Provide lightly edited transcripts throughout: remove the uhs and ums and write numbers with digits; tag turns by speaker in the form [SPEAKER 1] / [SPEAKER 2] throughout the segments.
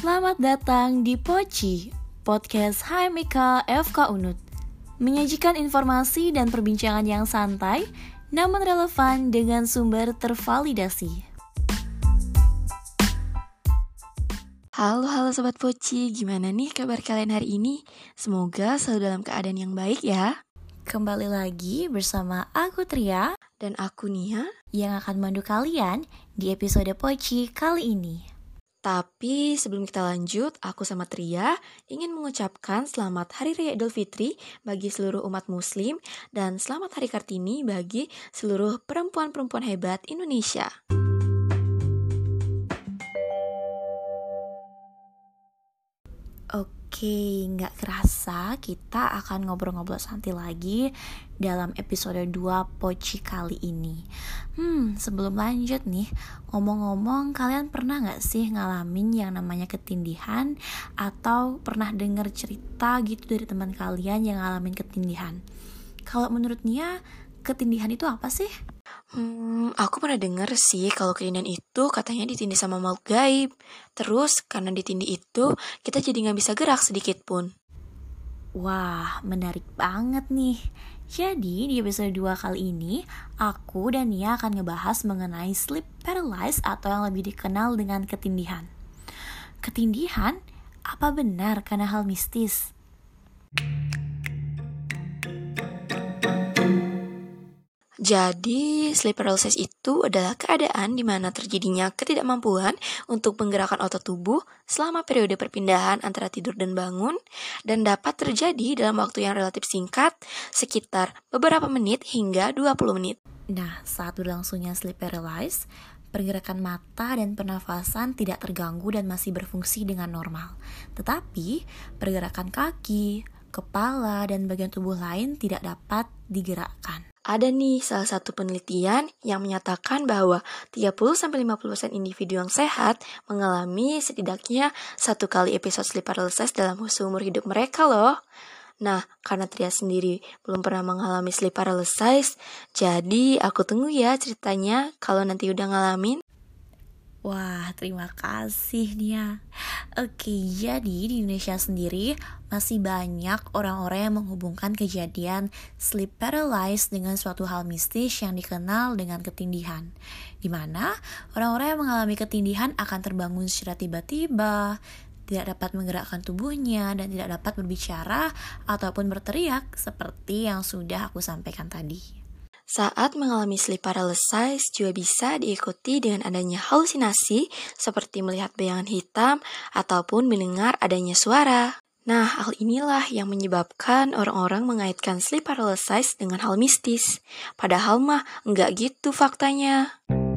[SPEAKER 1] Selamat datang di Poci, podcast HMIK FK Unut. Menyajikan informasi dan perbincangan yang santai, namun relevan dengan sumber tervalidasi.
[SPEAKER 2] Halo Sobat Poci, gimana nih kabar kalian hari ini? Semoga selalu dalam keadaan yang baik ya.
[SPEAKER 1] Kembali lagi bersama aku Tria
[SPEAKER 2] dan aku Nia
[SPEAKER 1] yang akan memandu kalian di episode Poci kali ini.
[SPEAKER 2] Tapi sebelum kita lanjut, aku sama Tria ingin mengucapkan selamat Hari Raya Idul Fitri bagi seluruh umat muslim dan selamat Hari Kartini bagi seluruh perempuan-perempuan hebat Indonesia.
[SPEAKER 1] Oke, nggak kerasa kita akan ngobrol-ngobrol santai lagi dalam episode 2 Poci kali ini. Sebelum lanjut nih, ngomong-ngomong, kalian pernah nggak sih ngalamin yang namanya ketindihan? Atau pernah dengar cerita gitu dari teman kalian yang ngalamin ketindihan? Kalau menurut Nia, ketindihan itu apa sih?
[SPEAKER 2] Aku pernah dengar sih kalau ketindihan itu katanya ditindih sama makhluk gaib. Terus karena ditindih itu kita jadi gak bisa gerak sedikit pun.
[SPEAKER 1] Wah, menarik banget nih. Jadi di episode 2 kali ini, aku dan Nia akan ngebahas mengenai sleep paralysis atau yang lebih dikenal dengan ketindihan. Ketindihan? Apa benar karena hal mistis?
[SPEAKER 2] Jadi, sleep paralysis itu adalah keadaan di mana terjadinya ketidakmampuan untuk menggerakkan otot tubuh selama periode perpindahan antara tidur dan bangun dan dapat terjadi dalam waktu yang relatif singkat, sekitar beberapa menit hingga 20 menit.
[SPEAKER 1] Nah, saat berlangsungnya sleep paralysis, pergerakan mata dan pernafasan tidak terganggu dan masih berfungsi dengan normal. Tetapi, pergerakan kaki, kepala, dan bagian tubuh lain tidak dapat digerakkan.
[SPEAKER 2] Ada nih salah satu penelitian yang menyatakan bahwa 30-50% individu yang sehat mengalami setidaknya 1 kali episode sleep paralysis dalam seumur hidup mereka loh. Nah, karena Tria sendiri belum pernah mengalami sleep paralysis, jadi aku tunggu ya ceritanya kalau nanti udah ngalamin.
[SPEAKER 1] Wah, terima kasih Nia. Oke, jadi di Indonesia sendiri masih banyak orang-orang yang menghubungkan kejadian sleep paralysis dengan suatu hal mistis yang dikenal dengan ketindihan. Di mana orang-orang yang mengalami ketindihan akan terbangun secara tiba-tiba, tidak dapat menggerakkan tubuhnya, dan tidak dapat berbicara ataupun berteriak seperti yang sudah aku sampaikan tadi.
[SPEAKER 2] Saat mengalami sleep paralysis juga bisa diikuti dengan adanya halusinasi seperti melihat bayangan hitam ataupun mendengar adanya suara. Nah, hal inilah yang menyebabkan orang-orang mengaitkan sleep paralysis dengan hal mistis. Padahal mah enggak gitu faktanya.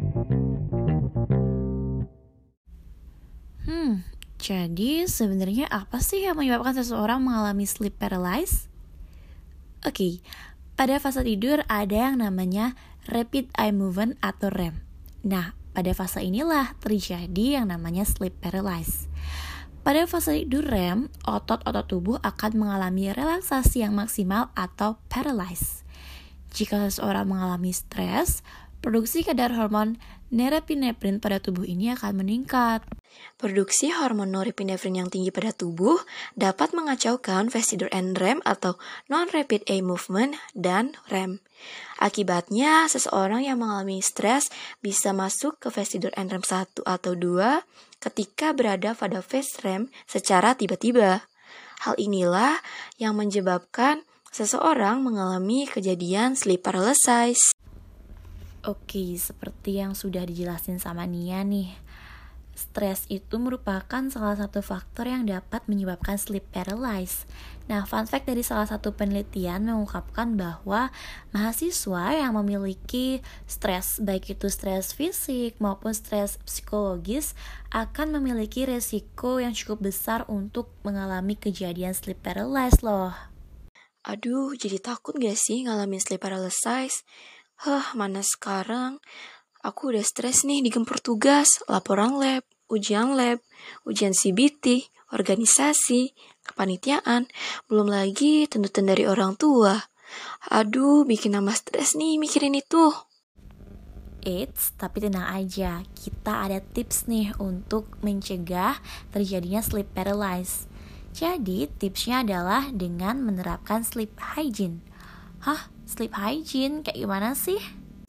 [SPEAKER 1] Jadi sebenarnya apa sih yang menyebabkan seseorang mengalami sleep paralysis? Oke, pada fase tidur ada yang namanya rapid eye movement atau REM. Nah, pada fase inilah terjadi yang namanya sleep paralysis. Pada fase tidur REM, otot-otot tubuh akan mengalami relaksasi yang maksimal atau paralysis. Jika seseorang mengalami stres, produksi kadar hormon norepinefrin pada tubuh ini akan meningkat.
[SPEAKER 2] Produksi hormon norepinefrin yang tinggi pada tubuh dapat mengacaukan fase tidur NREM atau non-rapid eye movement dan REM. Akibatnya, seseorang yang mengalami stres bisa masuk ke fase tidur NREM 1 atau 2 ketika berada pada fase REM secara tiba-tiba. Hal inilah yang menyebabkan seseorang mengalami kejadian sleep paralysis.
[SPEAKER 1] Oke, seperti yang sudah dijelasin sama Nia nih, stres itu merupakan salah satu faktor yang dapat menyebabkan sleep paralysis. Nah, fun fact dari salah satu penelitian mengungkapkan bahwa mahasiswa yang memiliki stres, baik itu stres fisik maupun stres psikologis, akan memiliki resiko yang cukup besar untuk mengalami kejadian sleep paralysis loh.
[SPEAKER 2] Aduh, jadi takut gak sih ngalamin sleep paralysis? Mana sekarang? Aku udah stres nih digempur tugas, laporan lab, ujian CBT, organisasi, kepanitiaan, belum lagi tuntutan dari orang tua. Aduh, bikin nambah stres nih mikirin itu.
[SPEAKER 1] Eits, tapi tenang aja, kita ada tips nih untuk mencegah terjadinya sleep paralysis. Jadi tipsnya adalah dengan menerapkan sleep hygiene. Hah? Sleep hygiene kayak gimana sih?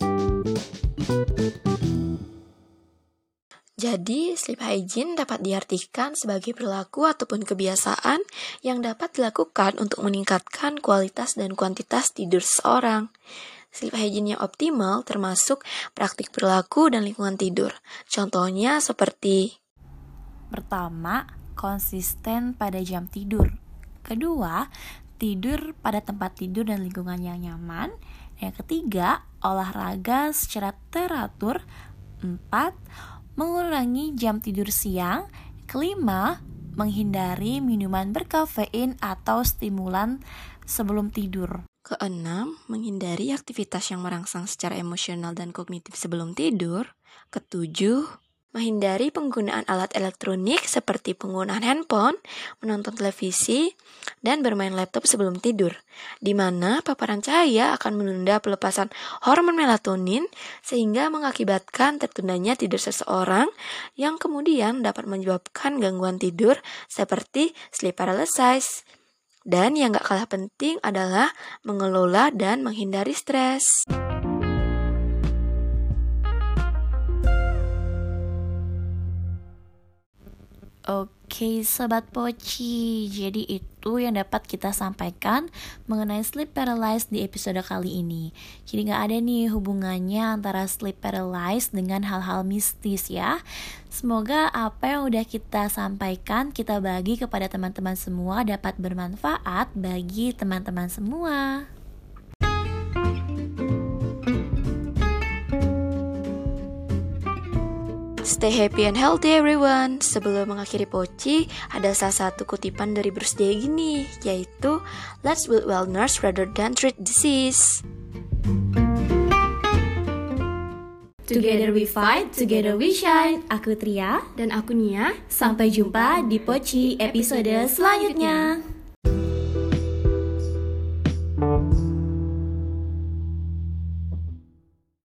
[SPEAKER 2] Jadi, sleep hygiene dapat diartikan sebagai perilaku ataupun kebiasaan yang dapat dilakukan untuk meningkatkan kualitas dan kuantitas tidur seseorang. Sleep hygiene yang optimal termasuk praktik perilaku dan lingkungan tidur. Contohnya seperti:
[SPEAKER 1] Pertama, konsisten pada jam tidur. Kedua, tidur pada tempat tidur dan lingkungan yang nyaman. Yang ketiga, olahraga secara teratur. 4, mengurangi jam tidur siang. Kelima, menghindari minuman berkafein atau stimulan sebelum tidur.
[SPEAKER 2] Keenam, menghindari aktivitas yang merangsang secara emosional dan kognitif sebelum tidur. Ketujuh, menghindari penggunaan alat elektronik seperti penggunaan handphone, menonton televisi, dan bermain laptop sebelum tidur, di mana paparan cahaya akan menunda pelepasan hormon melatonin sehingga mengakibatkan tertundanya tidur seseorang yang kemudian dapat menyebabkan gangguan tidur seperti sleep paralysis. Dan yang gak kalah penting adalah mengelola dan menghindari stres.
[SPEAKER 1] Oke, Sobat Poci, jadi itu yang dapat kita sampaikan mengenai sleep paralysis di episode kali ini. Jadi gak ada nih hubungannya antara sleep paralysis dengan hal-hal mistis ya. Semoga apa yang udah kita sampaikan, kita bagi kepada teman-teman semua dapat bermanfaat bagi teman-teman semua.
[SPEAKER 2] Stay happy and healthy everyone. Sebelum mengakhiri Poci, ada salah satu kutipan dari Bruce Day gini, yaitu let's build wellness rather than treat disease.
[SPEAKER 1] Together we fight, together we shine. Aku Tria
[SPEAKER 2] dan aku Nia.
[SPEAKER 1] Sampai jumpa di Poci episode selanjutnya.